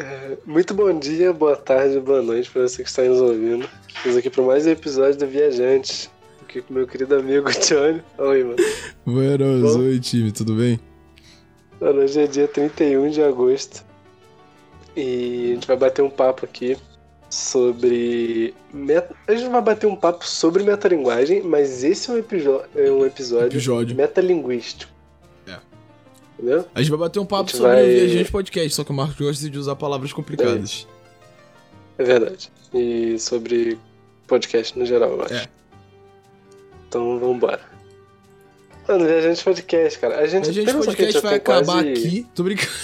Muito bom dia, boa tarde, boa noite para você que está nos ouvindo. Estamos aqui para mais um episódio do Viajantes. Aqui com meu querido amigo Johnny. Oi, mano. Buenas, oi time, tudo bem? Mano, hoje é dia 31 de agosto e a gente vai bater um papo aqui sobre... A gente vai bater um papo sobre metalinguagem, mas esse é um episódio metalinguístico. Entendeu? A gente vai bater um papo sobre o Viajante Podcast, só que o Marcos gosta de usar palavras complicadas. É verdade. E sobre podcast no geral, eu acho. Então, vambora. Mano, Viajante Podcast, cara. A gente Podcast vai acabar aqui. Tô brincando.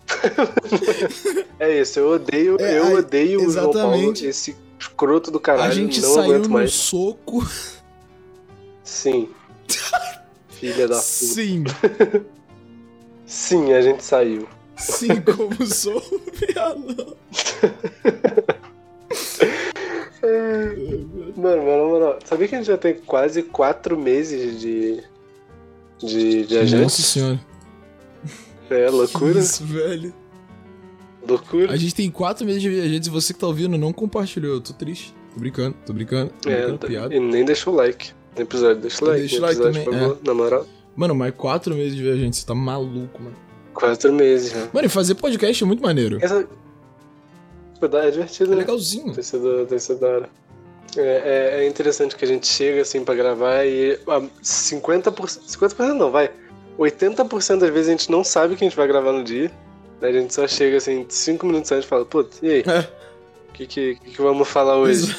É isso, eu odeio o João Paulo, esse escroto do caralho. A gente não saiu aguento no mais. soco. Sim. Filha da puta. Sim. Sim, a gente saiu. Sim, como sou viado. Mano, sabia que a gente já tem quase 4 meses de Viajantes? Nossa senhora. É, loucura. Que isso, velho. Loucura. A gente tem 4 meses de Viajantes e você que tá ouvindo não compartilhou. Eu tô triste. Tô brincando. Piada. E nem deixa o like no episódio. Deixa o like Deixa no o like episódio, também, por favor, na moral. Mano, mas 4 meses de Viajantes, você tá maluco, mano. 4 meses, já. Mano, e fazer podcast é muito maneiro. É divertido, É né? legalzinho. Tem sido da hora. É interessante que a gente chega assim pra gravar e 50% não, vai. 80% das vezes a gente não sabe que a gente vai gravar no dia. Daí a gente só chega assim 5 minutos antes e fala, putz, e aí? O que vamos falar hoje?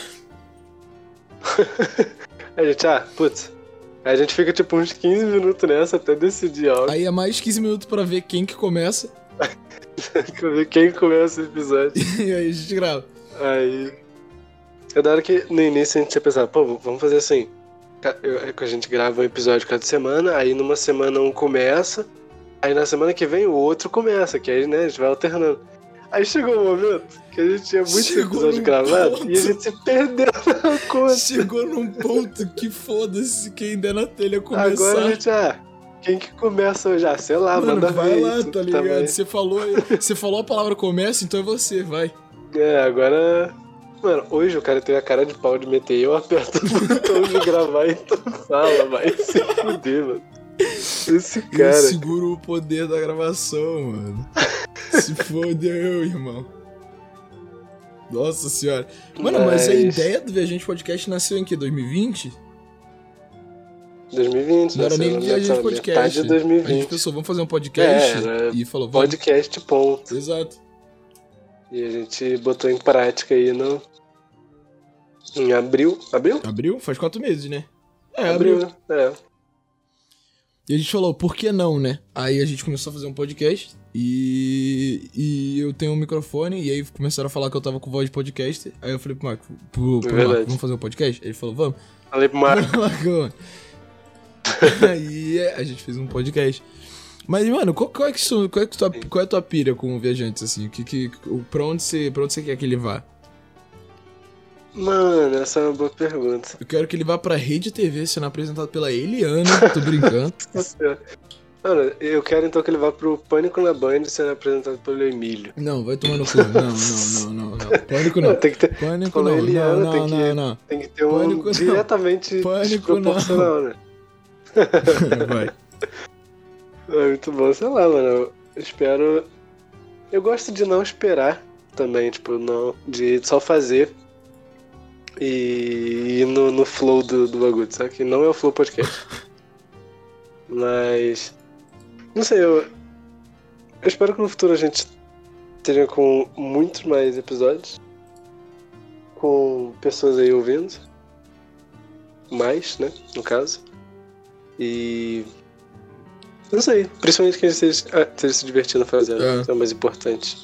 A gente, putz. Aí a gente fica tipo uns 15 minutos nessa até decidir algo. Aí é mais 15 minutos pra ver quem que começa. Pra ver quem começa o episódio. E aí a gente grava. Aí... É da hora que no início a gente ia pensar, pô, vamos fazer assim. A gente grava um episódio cada semana, aí numa semana um começa, aí na semana que vem o outro começa, que aí, né, a gente vai alternando. Aí chegou um momento que a gente tinha muitos episódios gravados e a gente se perdeu na conta. Chegou num ponto que foda-se quem der na telha começar. Agora a gente, quem que começa hoje? Sei lá, mano, manda vai ver. Vai lá, tá ligado? Você falou a palavra começa, então é você, vai. Agora... Mano, hoje o cara tem a cara de pau de meter eu aperto o botão de gravar e tu fala, vai se fuder, mano. Esse cara... Eu seguro o poder da gravação, mano. Se fodeu, irmão. Nossa senhora. Mano, mas a ideia do Viajante Podcast nasceu em que? 2020? 2020, não era nem Viajante Podcast. Metade de 2020. A gente pensou, vamos fazer um podcast e falou, vamos. Podcast, ponto. Exato. E a gente botou em prática aí em abril. Abril? Abril? Faz 4 meses, né? Abril. E a gente falou, por que não, né? Aí a gente começou a fazer um podcast e eu tenho um microfone e aí começaram a falar que eu tava com voz de podcast. Aí eu falei pro Marco, Marco, vamos fazer um podcast? Ele falou, vamos. Falei pro Marco. Aí a gente fez um podcast. Mas, mano, qual é a tua pira com Viajantes, assim? Pra onde você quer que ele vá? Mano, essa é uma boa pergunta. Eu quero que ele vá pra Rede TV sendo apresentado pela Eliana, tô brincando. Mano, eu quero então que ele vá pro Pânico na Band sendo apresentado pelo Emílio. Não, vai tomar no cu. Não. Pânico não. Tem que ter... Pânico não. Eliana, não. Tem que ter um diretamente desproporcional, né? Vai. É muito bom, sei lá, mano. Eu espero... Eu gosto de não esperar também, tipo, não... De só fazer e ir no flow do bagulho, sabe? Que não é o Flow Podcast. Mas... Não sei, eu espero que no futuro a gente esteja com muitos mais episódios. Com pessoas aí ouvindo. Mais, né? No caso. E... Não sei, principalmente que a gente esteja se divertindo fazendo, que é o mais importante.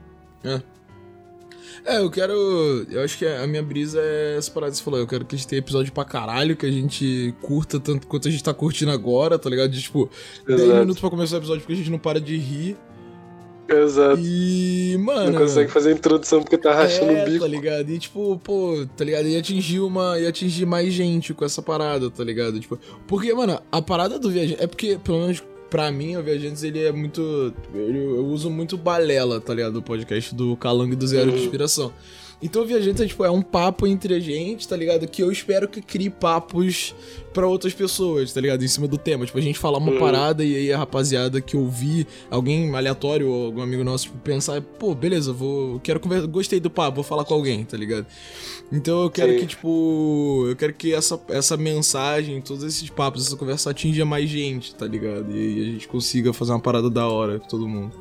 Eu acho que a minha brisa é essa parada que você falou, eu quero que a gente tenha episódio pra caralho, que a gente curta tanto quanto a gente tá curtindo agora, tá ligado? De tipo, 10 minutos pra começar o episódio porque a gente não para de rir. Exato. E, mano... Não consegue fazer a introdução porque tá rachando o bico. Tá ligado? E tipo, tá ligado? Ia atingir mais gente com essa parada, tá ligado? Tipo, porque, mano, a parada do viajante... É porque, pelo menos pra mim, o Viajantes, ele é muito... Eu uso muito balela, tá ligado? Do podcast do Calango e do Zero de Inspiração. Então o Viajantes é, tipo, é um papo entre a gente, tá ligado? Que eu espero que crie papos pra outras pessoas, tá ligado? Em cima do tema. Tipo, a gente falar uma parada e aí a rapaziada que ouvir, alguém aleatório ou algum amigo nosso, tipo, pensar, pô, beleza, quero conversar, gostei do papo, vou falar com alguém, tá ligado? Então eu quero que, tipo, essa mensagem, todos esses papos, essa conversa atinja mais gente, tá ligado? E a gente consiga fazer uma parada da hora com todo mundo.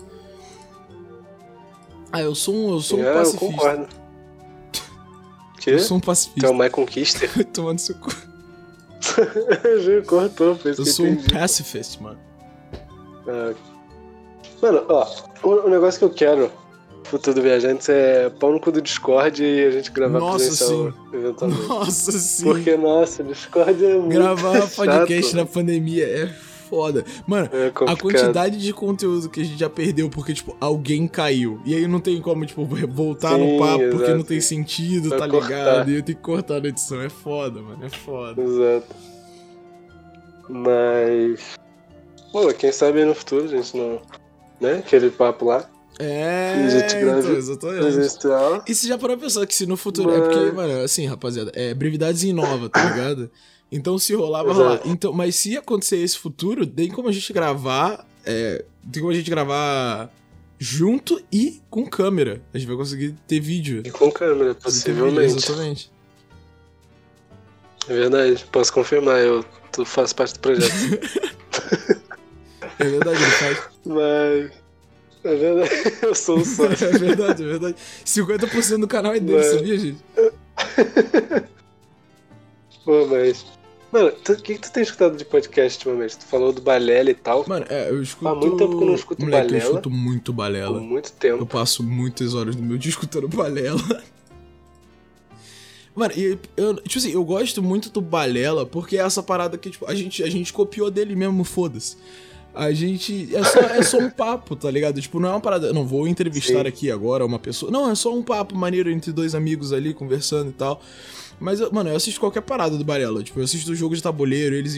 Ah, eu sou um pacifista. Eu concordo. Eu sou um pacifista. Tu é o My Conquister? Tomando seu cu. Já cortou, fez. Eu sou um pacifist, mano. Mano, ó, o negócio que eu quero futuro do Viajantes é pau no cu do Discord e a gente gravar presencial eventualmente. Nossa, sim. Porque, nossa, o Discord é muito gravar chato. podcast na pandemia é foda. Mano, a quantidade de conteúdo que a gente já perdeu porque, tipo, alguém caiu. E aí não tem como, tipo, voltar no papo porque não tem sentido, tá ligado? E eu tenho que cortar na edição. É foda, mano. É foda. Exato. Mas... Pô, quem sabe aí no futuro a gente não... Né? Aquele papo lá. Então, exatamente. E você já parou pra pensar que se no futuro... É porque, mano, assim, rapaziada, brevidades inova, tá ligado? Então se rolar, vai rolar. Então, mas se acontecer esse futuro, tem como a gente gravar... tem como a gente gravar junto e com câmera. A gente vai conseguir ter vídeo. E com câmera, possivelmente. Exatamente. É verdade, posso confirmar, tu faço parte do projeto. É verdade, ele faz. Mas... É verdade, eu sou o sócio. É verdade. 50% do canal é dele, sabia, gente? Pô, mas... Mano, o que tu tem escutado de podcast ultimamente? Tu falou do Balela e tal. Mano, eu escuto... Há muito tempo que eu não escuto Balela. Eu escuto muito Balela. Há muito tempo. Eu passo muitas horas do meu dia escutando Balela. Mano, tipo assim, eu gosto muito do Balela porque é essa parada que, tipo, a gente copiou dele mesmo, foda-se. A gente... É só um papo, tá ligado? Tipo, não é uma parada... Não vou entrevistar aqui agora uma pessoa... Não, é só um papo maneiro entre dois amigos ali, conversando e tal. Mas, mano, eu assisto qualquer parada do Balela. Tipo, eu assisto o jogo de tabuleiro, eles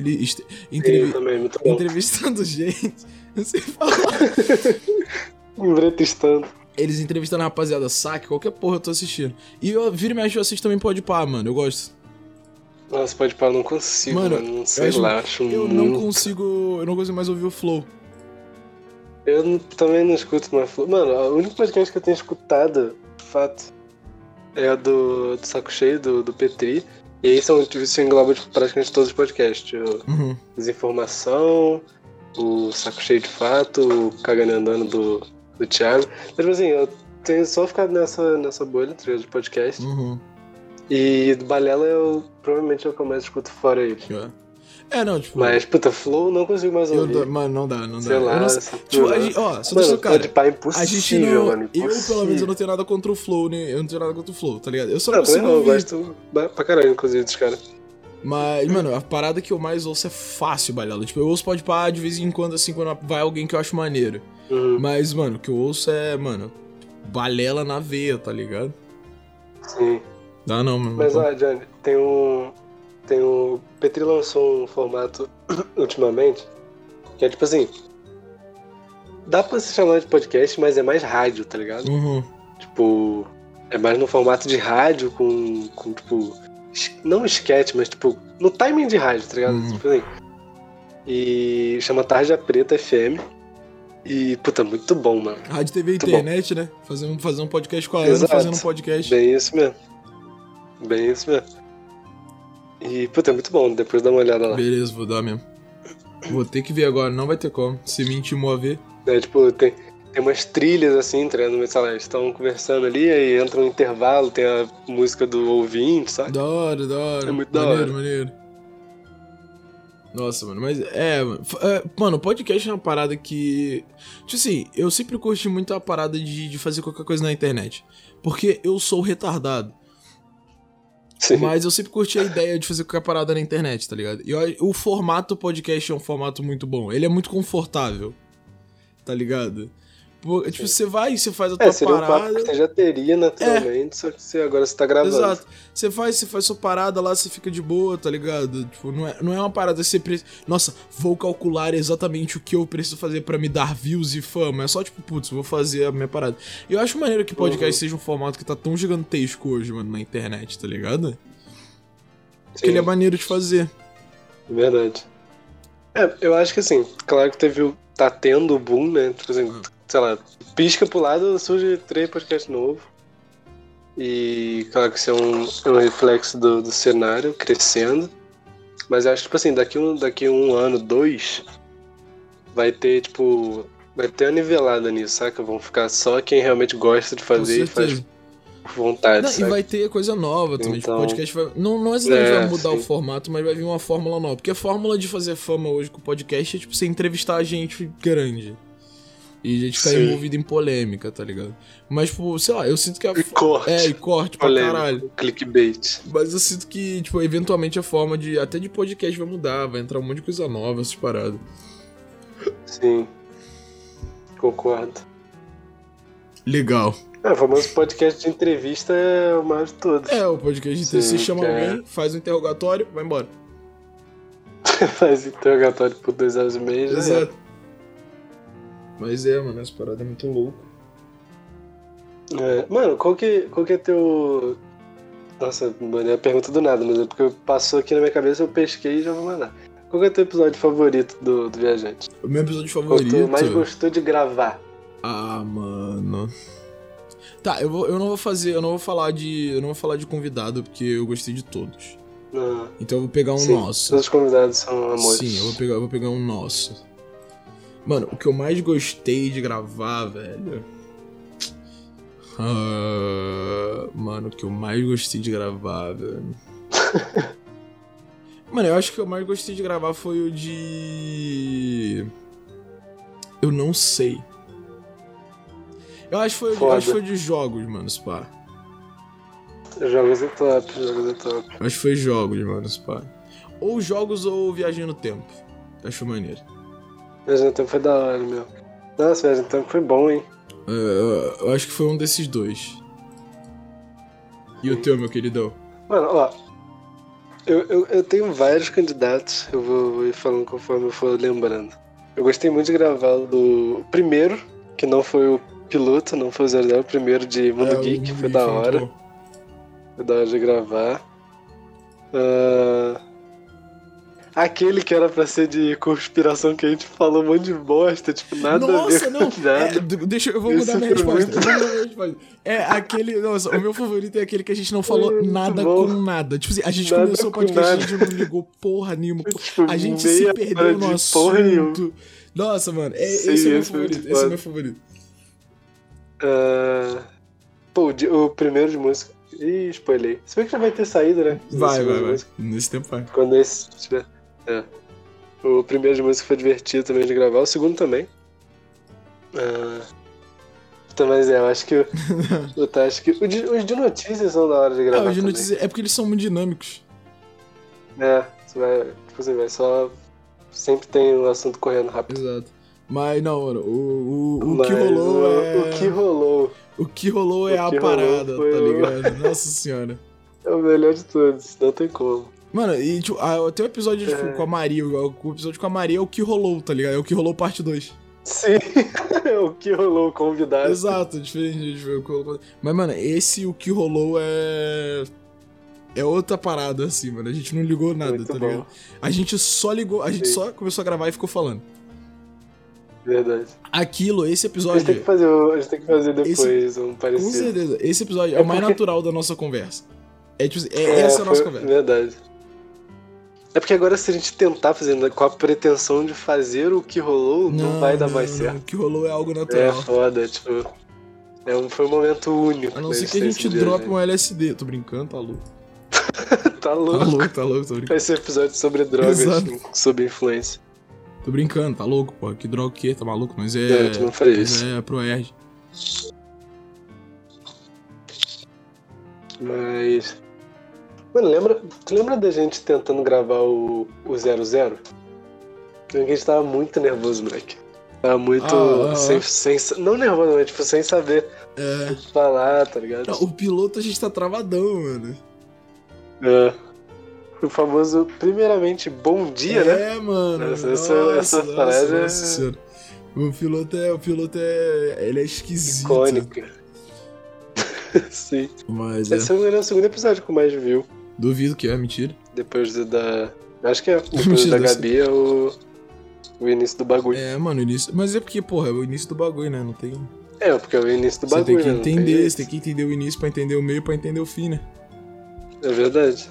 entrevistando gente. Não sei falar. Entrevistando. Eles entrevistando a rapaziada, saque, qualquer porra eu tô assistindo. E eu vira e mexe, eu assisto também Podpah, mano. Eu gosto. Nossa, Podpah eu não consigo, mano. Não sei lá, acho muito... Eu não consigo mais ouvir o Flow. Eu também não escuto mais Flow. Mano, o único podcast que eu tenho escutado, de fato, é o do Saco Cheio, do Petri. E aí isso engloba praticamente todos os podcasts. Desinformação, o Saco Cheio de Fato, o Cagando Andando do Thiago. Mas, tipo assim, eu tenho só ficado nessa bolha de podcast. E do Balela provavelmente é o que eu mais escuto fora ele. Não, tipo... Mas, puta, Flow não consigo mais ouvir. Mano, não dá. Sei lá, tipo, só deixa o cara. Podpah é impossível, mano. Impossível. Eu, pelo menos, eu não tenho nada contra o Flow, né? Eu não tenho nada contra o Flow, tá ligado? Eu só não consigo ouvir. Eu gosto pra caralho, inclusive, dos caras. Mas, mano, a parada que eu mais ouço é fácil, Balela. Tipo, eu ouço Podpah de vez em quando, assim, quando vai alguém que eu acho maneiro. Mas, mano, o que eu ouço é, mano, Balela na veia, tá ligado? Sim. Dá não, mano. Mas, ó, Johnny, tem o Petri lançou um formato ultimamente que é tipo assim, dá pra se chamar de podcast, mas é mais rádio, tá ligado? Tipo, é mais no formato de rádio com tipo, não esquete, mas tipo, no timing de rádio, tá ligado? Tipo assim. E chama Tarja Preta FM. E, puta, muito bom, mano. Rádio, TV e internet, né? Fazer um podcast com a Ana fazendo um podcast. Bem isso mesmo. E, puta, é muito bom, depois dá uma olhada lá. Beleza, vou dar mesmo. Vou ter que ver agora, não vai ter como. Se me intimou a ver. Tipo, tem umas trilhas assim, treinando, sei lá, eles estão conversando ali, aí entra um intervalo, tem a música do ouvinte, sabe? Da hora. É muito da hora. Maneiro. Nossa, mano, mas mano, podcast é uma parada que... Tipo assim, eu sempre curti muito a parada de fazer qualquer coisa na internet. Porque eu sou retardado. Sim. Mas eu sempre curti a ideia de fazer qualquer parada na internet, tá ligado? E o formato podcast é um formato muito bom. Ele é muito confortável, tá ligado? Tipo, você vai, você faz a tua seria parada. Um papo que você já teria naturalmente, só que agora você tá gravando. Exato. Você faz sua parada lá, você fica de boa, tá ligado? Tipo, não é uma parada que você precisa. Nossa, vou calcular exatamente o que eu preciso fazer pra me dar views e fama. É só tipo, putz, vou fazer a minha parada. E eu acho maneiro que podcast seja um formato que tá tão gigantesco hoje, mano, na internet, tá ligado? Porque ele é maneiro de fazer. Verdade. Eu acho que assim, claro que tá tendo o boom, né? Por exemplo, sei lá, pisca pro lado, surge 3 podcasts novos. E claro que isso é um reflexo do cenário crescendo. Mas eu acho que, tipo assim, daqui a um ano, 2, vai ter uma nivelada nisso, saca? Vão ficar só quem realmente gosta de fazer e faz por vontade, não, e vai ter coisa nova também. Então, tipo, o podcast vai... Não exatamente vai mudar o formato, mas vai vir uma fórmula nova. Porque a fórmula de fazer fama hoje com o podcast é, tipo, você entrevistar gente grande. E a gente ficar envolvido em polêmica, tá ligado? Mas, tipo, sei lá, eu sinto que a... e corte pra caralho. Clickbait. Mas eu sinto que, tipo, eventualmente a forma até de podcast vai mudar, vai entrar um monte de coisa nova, essas paradas. Sim. Concordo. Legal. O famoso podcast de entrevista é o maior de todos. O podcast de entrevista. Você chama alguém, faz um interrogatório, vai embora. Faz interrogatório por 2 horas e meia, já. Exato. Mas mano, essa parada é muito louco. Mano, qual que é teu... Nossa, mano, é a pergunta do nada, mas é porque passou aqui na minha cabeça, eu pesquei e já vou mandar. Qual que é teu episódio favorito do Viajante? O meu episódio favorito... Qual tu mais gostou de gravar? Ah, mano... Tá, eu não vou falar de convidado, porque eu gostei de todos. Então eu vou pegar um nosso. Todos os convidados são amores. Sim, eu vou pegar um nosso. Mano, o que eu mais gostei de gravar, velho... Mano, o que eu mais gostei de gravar, velho... Mano, eu acho que o que eu mais gostei de gravar foi o de... Eu não sei. Eu acho que foi de jogos, mano, Spa. Jogos é top. Acho que foi jogos, mano, Spa. Ou jogos ou Viagem no Tempo. Acho maneiro. Viagem no Tempo foi da hora, meu. Nossa, Viagem no Tempo foi bom, hein? Eu acho que foi um desses 2. E o teu, meu queridão? Mano, ó. Eu tenho vários candidatos. Eu vou ir falando conforme eu for lembrando. Eu gostei muito de gravar do primeiro, que não foi o piloto, não foi o 00, o primeiro de Mundo Geek, foi da hora. Foi da hora de gravar. Aquele que era pra ser de conspiração, que a gente falou um monte de bosta, tipo, nada a ver. Nossa, não! Eu vou mudar minha resposta. Aquele... Nossa, o meu favorito é aquele que a gente não falou nada com nada. Tipo assim, a gente começou o podcast e a gente não ligou porra nenhuma. A gente se perdeu no assunto. Nossa, mano, esse é meu favorito. Esse é meu favorito. O primeiro de música. Ih, spoilei. Se bem que já vai ter saído, né? Vai. Nesse tempo vai. Quando esse tiver. O primeiro de música foi divertido também de gravar. O segundo também. Mas eu acho que os de notícias são da hora de gravar. Os de notícias é porque eles são muito dinâmicos. Você vai só. Sempre tem um assunto correndo rápido. Exato. Mas não, mano, o que rolou é. O que rolou. O que rolou é a parada, tá ligado? Nossa senhora. É o melhor de todos, não tem como. Mano, e tipo, tem um episódio com a Maria, o episódio com a Maria é o que rolou, tá ligado? É o que rolou parte 2. Sim, é o que rolou, convidado. Exato, diferente. Mas, mano, o que rolou é outra parada, assim, mano. A gente não ligou nada, muito tá ligado? A gente só ligou, só começou a gravar e ficou falando. Verdade. Esse episódio... A gente tem que fazer depois um parecido. Com certeza. Esse episódio é o mais natural da nossa conversa. Essa é a nossa conversa. Verdade. É porque agora se a gente tentar fazer com a pretensão de fazer o que rolou, não vai dar mais certo. O que rolou é algo natural. É foda, tipo... foi um momento único. A não ser que a gente drope um LSD. Tô brincando, tá louco. Tá louco, tô brincando. Vai ser episódio sobre drogas, sob influência. Tô brincando, tá louco, pô. Que droga o quê? Tá maluco? Mas tu não faria isso. É pro ERG. Mas... Mano, tu lembra da gente tentando gravar o 00? A gente tava muito nervoso, moleque. Tá muito não nervoso, mas tipo, sem saber falar, tá ligado? Não, o piloto a gente tá travadão, mano. O famoso, primeiramente, bom dia, né? Mano. Essa frase nossa senhora. O piloto ele é esquisito. Icônico. Sim. Mas Esse é o segundo episódio com mais view. Duvido que é, mentira. Depois da... Acho que é. Depois da Gabi é o início do bagulho. Mano, o início... Mas é porque, porra, é o início do bagulho, né? Não tem... Porque é o início do bagulho, Você tem que entender o início pra entender o meio, pra entender o fim, né? É verdade.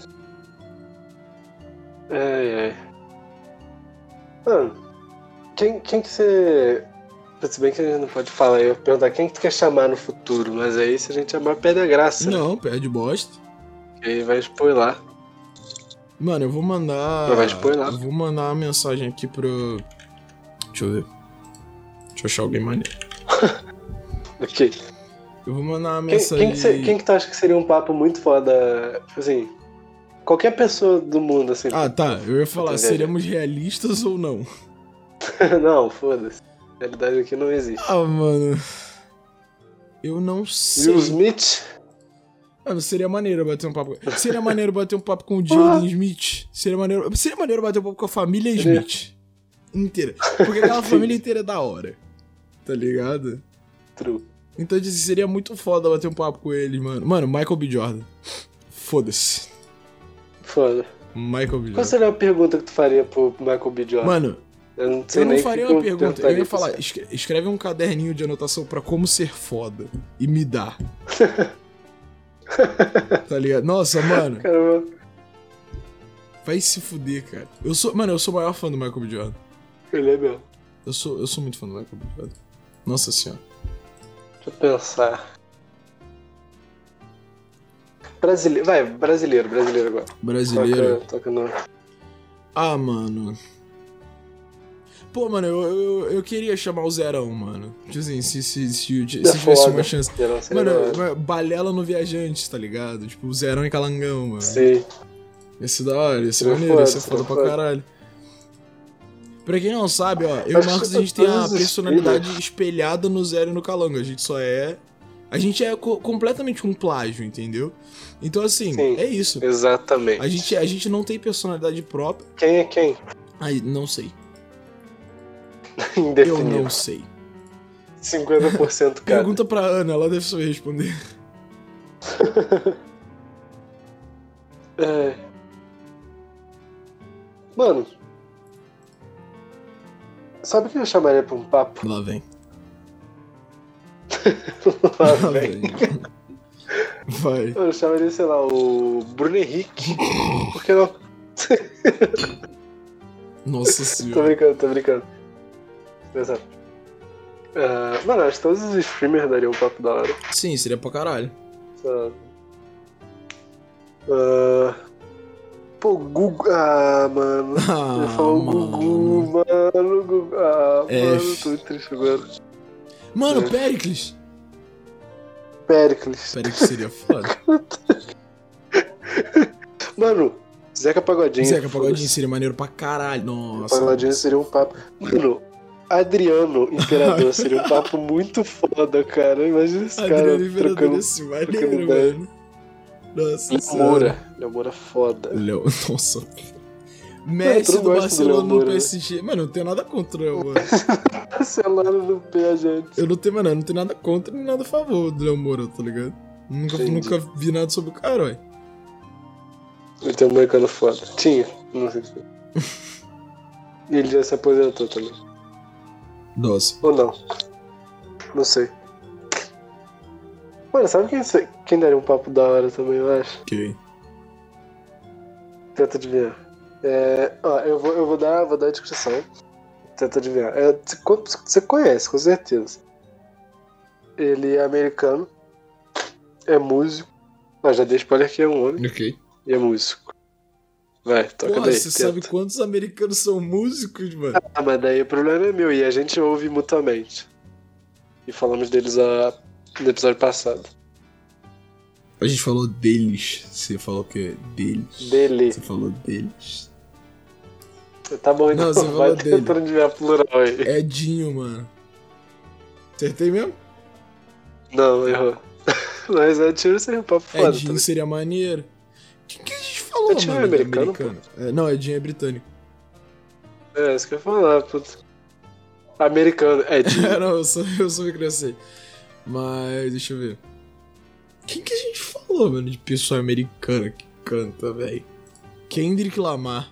Mano, quem que você... Se bem que a gente não pode falar, eu ia perguntar quem que tu quer chamar no futuro, mas aí se a gente chamar, perde a graça. Não, perde bosta. E aí vai spoiler. Mano, eu vou mandar... Vai spoiler. Eu vou mandar uma mensagem aqui pro... Deixa eu ver. Deixa eu achar alguém maneiro. Ok. Eu vou mandar uma mensagem... Quem que tu acha que seria um papo muito foda, assim... Qualquer pessoa do mundo, assim. Ah, tá. Eu ia falar, seremos realistas ou não? Não, foda-se. A realidade aqui não existe. Ah, mano... Eu não sei. Will Smith? Mano, seria maneiro bater um papo... Seria maneiro bater um papo com o Jaden Smith. Seria maneiro bater um papo com a família Smith. Inteira. Porque aquela família inteira é da hora. Tá ligado? True. Então seria muito foda bater um papo com ele, mano. Mano, Michael B. Jordan. Foda-se. Foda. Michael B. Jordan. Qual seria a pergunta que tu faria pro Michael B. Jordan? Mano, eu não sei não faria uma pergunta. Eu ia falar, escreve um caderninho de anotação pra como ser foda. E me dá. Tá ligado? Nossa, mano. Caramba. Vai se fuder, cara. Eu sou o maior fã do Michael B. Jordan. Ele é mesmo. Eu sou muito fã do Michael B. Jordan. Nossa senhora. Deixa eu pensar. Brasileiro agora. Brasileiro? Toca no... Ah, mano. Pô, mano, eu queria chamar o Zerão, mano. Tipo assim, se tivesse uma chance. Mano, Balela no Viajante, tá ligado? Tipo, o Zerão e Calangão, mano. Sim. Ia ser da hora, ia ser maneiro, ia ser foda pra caralho. Pra quem não sabe, ó, eu e o Marcos, a gente tem a personalidade espelhada no Zero e no Calango. A gente é completamente um plágio, entendeu? Então, assim, sim, é isso. Exatamente. A gente não tem personalidade própria. Quem é quem? Aí, não sei. Indefinido. Eu não sei. 50% cara. Pergunta pra Ana, ela deve saber responder. Mano, sabe quem eu chamaria pra um papo? Lá vem. Lá vem. Vai. Eu chamaria, sei lá, o Bruno Henrique. Por que não? Nossa senhora. Tô brincando. Mano, acho que todos os streamers dariam um papo da hora. Sim, seria pra caralho. Pô, Gugu. Mano. Eu falo Gugu, mano. Gugu. Mano, tô muito triste agora. Mano, Péricles seria foda. Mano, Zeca Pagodinho. Seria maneiro pra caralho. Nossa. Pagodinho seria um papo. Mano, Adriano Imperador seria um papo muito foda, cara. Imagina esse cara. Adriano Imperador ia ser maneiro, mano. Nossa. Léo Moura foda. Nossa. Messi do Barcelona no PSG. Mano, eu não tenho nada contra o Léo Moura. Barcelona no PSG. Eu não tenho nada contra nem nada a favor do Léo Moura, tá ligado? Nunca vi nada sobre o cara, ué. Ele tem um moicano foda. Tinha, não sei se foi. E ele já se aposentou também. Nossa. Ou não? Não sei. Mano, sabe quem daria um papo da hora também, eu acho? Quem? Tenta adivinhar. Eu vou dar a descrição. Tenta adivinhar. Você conhece, com certeza. Ele é americano. É músico. Já dei spoiler que é um homem. Ok. E é músico. Vai, toca daí. Você sabe quantos americanos são músicos, mano? Mas daí o problema é meu. E a gente ouve mutuamente. E falamos deles no episódio passado. A gente falou deles. Você falou que é deles. Dele. Você falou deles. Tá bom, então. Não, você Vai falou dele. tentando adivinhar plural aí. Edinho, mano. Acertei mesmo? Não, errou. Mas Ed Sheeran seria um papo foda. Edinho seria maneiro. Quem que a gente falou, Ed Sheeran mano? é americano, Não, Edinho é britânico. É, isso que eu ia falar, puto. Americano, Edinho. Não, eu sou crescer. Mas, deixa eu ver. Quem que a gente falou, mano, de pessoa americana que canta, velho? Kendrick Lamar.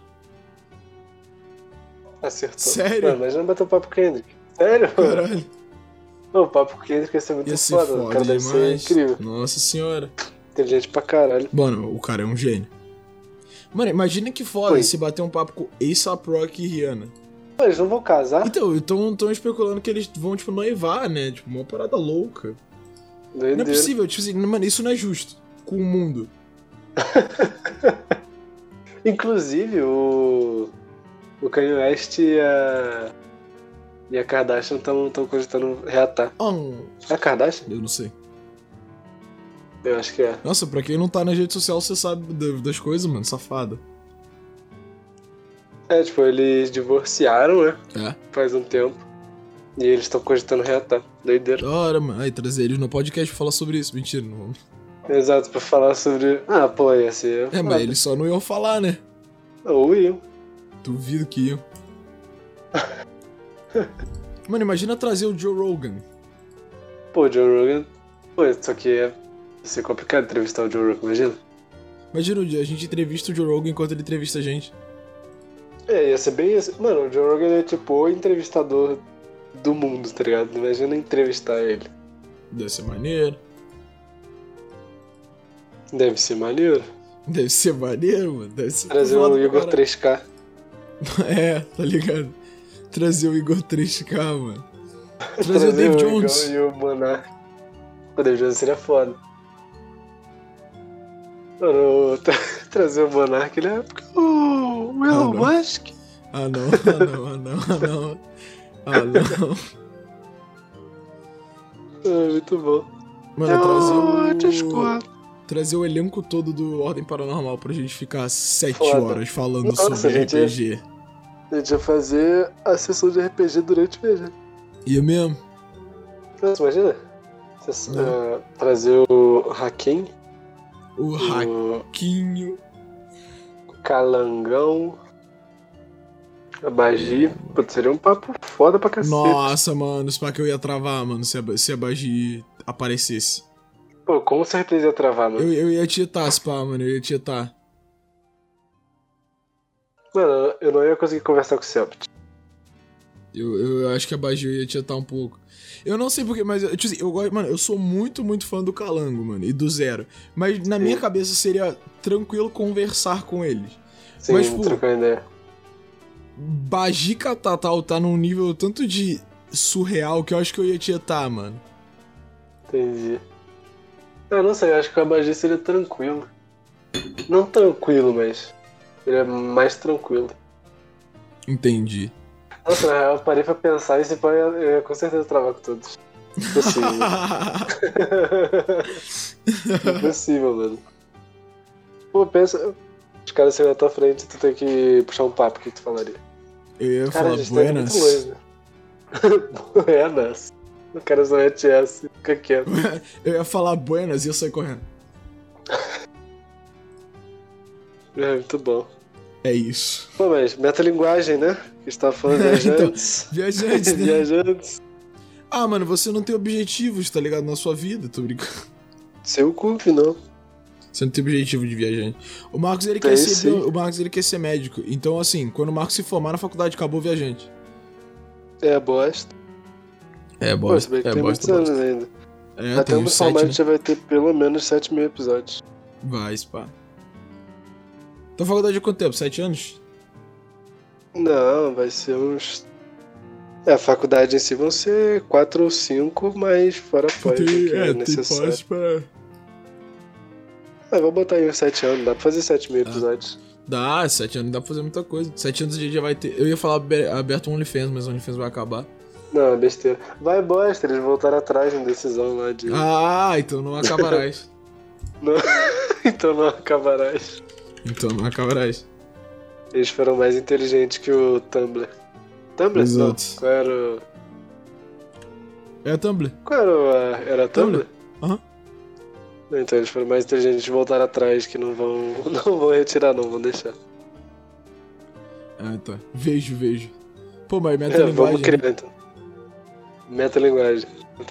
Acertou. Sério? Mano, imagina bater o papo com o Kendrick. Sério? Caralho. Não, o papo com o Kendrick ia ser muito Ia ser foda. O cara deve ser incrível. Nossa senhora. Inteligente pra caralho. Mano, o cara é um gênio. Mano, imagina que foda Oi. se bater um papo com A$AP Rocky e Rihanna. Pô, eles não vão casar? Então, tão especulando que eles vão, tipo, noivar, né? Tipo, uma parada louca. Doideira. Não é possível, tipo assim, mano, isso não é justo com o mundo. Inclusive, o Kanye West e a Kardashian estão cogitando reatar. É a Kardashian? Eu não sei. Eu acho que é. Nossa, pra quem não tá na rede social, você sabe das coisas, mano, safada. É, tipo, eles divorciaram, né? É. Faz um tempo. E eles estão cogitando reatar. Doideira. Da hora, mano. Aí, trazer eles no podcast pra falar sobre isso. Mentira, não vamos. Exato, pra falar sobre... Ah, pô, ia ser... É, mas eles só não iam falar, né? Ou iam. Duvido que iam. Mano, imagina trazer o Joe Rogan. Pô, o Joe Rogan... Pô, só que ia ser complicado entrevistar o Joe Rogan, imagina? Imagina a gente entrevista o Joe Rogan enquanto ele entrevista a gente. É, ia ser bem... Mano, o Joe Rogan é tipo o entrevistador do mundo, tá ligado? Imagina entrevistar ele. Deve ser maneiro. Deve ser maneiro. Deve ser maneiro, mano. Deve ser Trazer foda o pra Igor caralho. 3K. É, tá ligado? Trazer o Igor 3K, mano. Trazer o Dave Jones. E o Monark. O Dave Jones seria foda. Mano, trazer o Monark, ele é porque o Elon Musk. Ah não. É, muito bom. Mano, Discord. trazer o elenco todo do Ordem Paranormal pra gente ficar 7 Foda. horas falando Nossa, sobre gente, RPG. A gente ia fazer a sessão de RPG durante o VG. Ia mesmo? Nossa, imagina? Trazer o Hakim, O Raquinho. Calangão, a Bagi. Putz, seria um papo foda pra cacete. Nossa, mano, isso pra que eu ia travar, mano, se a Bagi aparecesse. Pô, com certeza ia travar, mano. Eu ia tietar, mano, eu ia tietar. Mano, eu não ia conseguir conversar com o Celpt. Eu acho que a Bagi ia tietar um pouco. Eu não sei porquê, mas tipo assim, eu gosto, mano, eu sou muito muito do Calango, mano, e do Zero. Mas na minha cabeça seria tranquilo conversar com eles. Sim, mas, tipo, trocando ideia. Bagi Catatal tá num nível tanto de surreal que eu acho que eu ia tietar, mano. Entendi. Eu não sei, eu acho que a Bagi seria tranquilo. Não tranquilo, mas seria mais tranquilo. Entendi. Nossa, na real, eu parei pra pensar e esse pai eu ia com certeza travar com todos. Impossível. Impossível, mano. Pô, pensa. Os caras saem na tua frente e tu tem que puxar um papo, o que tu falaria? Eu ia Cara, falar a gente tá indo buenas. muito longe, né? Buenas. O cara só mete essa, fica quieto. Eu ia falar buenas e ia sair correndo. É, muito bom. É isso. Pô, mas metalinguagem, né? Que a gente tava falando viajantes. Viajantes, né? Viajantes. Ah, mano, você não tem objetivos, tá ligado? Na sua vida, tô brincando. Seu cu, não. Você não tem objetivo de viajante. O Marcos, ele quer ser médico. Então, assim, quando o Marcos se formar na faculdade, acabou o viajante. É bosta. É Pô, se bem que tem muitos anos ainda. É, Até tem o uns formar 7, a gente já vai ter pelo menos 7 mil episódios. Vai, pá. Tua faculdade é quanto tempo? 7 anos? Não, vai ser uns... a faculdade em si vão ser 4 ou 5, mas fora pós, que é necessário. Tem pós pra... Vou botar aí uns 7 anos, dá pra fazer 7 mil episódios. Dá, 7 anos dá pra fazer muita coisa. 7 anos a gente já vai ter... Eu ia falar aberto um OnlyFans, mas o OnlyFans vai acabar. Não, é besteira. Vai bosta, eles voltaram atrás na decisão lá de... Ah, então não acabarás. Não. Então não acabarás. Então não acabarás. Eles foram mais inteligentes que o Tumblr. Tumblr? Exato. Não. Qual era o... É a Tumblr. Qual era o... Era a Tumblr? Aham. Então eles foram mais inteligentes de voltar atrás, que não vão retirar não, vão deixar. Ah, tá. Vejo. Pô, mas metalinguagem... Vamos criar, então. Metalinguagem.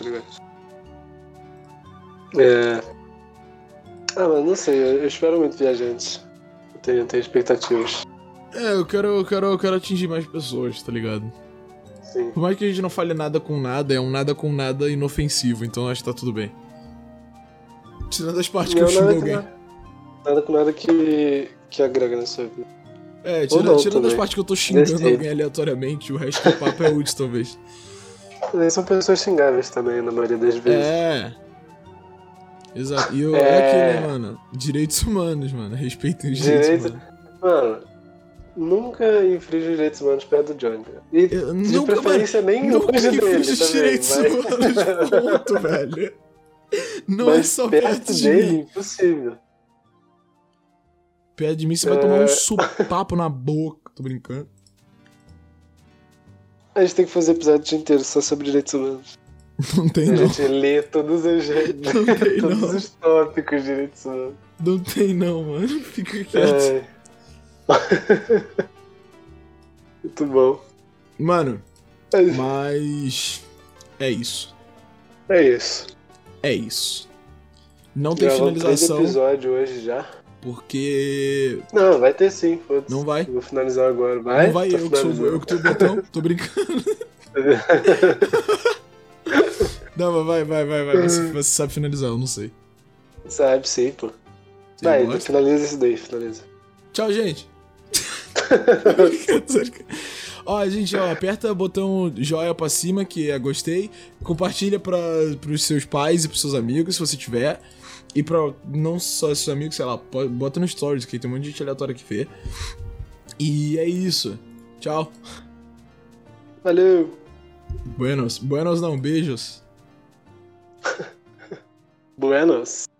Ah, mas não sei, eu espero muito viajantes. Eu tenho expectativas. Eu quero atingir mais pessoas, tá ligado? Sim. Por mais que a gente não fale nada com nada, é um nada com nada inofensivo, então acho que tá tudo bem. Tirando as partes que eu xingo alguém. Nada com nada que agrega na sua vida. Tirando as partes que eu tô xingando alguém aleatoriamente, o resto do papo é útil, talvez. São pessoas xingáveis também, na maioria das vezes. Exato. E aqui, né, mano? Direitos humanos, mano. Respeitem os direitos humanos. Mano, nunca infringe os direitos humanos perto do Johnny. E de preferência nem longe dele também. Os direitos humanos, ponto, velho. Não mas é só perto dele, impossível. Perto de mim você vai tomar um supapo na boca. Tô brincando. A gente tem que fazer episódio inteiro só sobre direitos humanos. Não tem, não. A gente lê todos os tópicos de direitos humanos. Não tem, não, mano. Fica quieto. Muito bom. Mano, mas... É isso. É isso. Não tem finalização. 3 episódios hoje já. Porque... Não, vai ter sim. Foda-se. Não vai? Vou finalizar agora. Vai? Não vai, eu que tô o botão. Tô brincando. Não, mas vai. Você sabe finalizar, eu não sei. Sabe, sim, pô. Você vai, gosta? finaliza isso daí, finaliza. Tchau, gente. Ó, gente, aperta o botão joia pra cima, que é gostei. Compartilha pros seus pais e pros seus amigos, se você tiver. E pra não só seus amigos, sei lá, bota no stories, que tem um monte de gente aleatória que vê. E é isso. Tchau. Valeu. Buenos não, beijos. Buenos.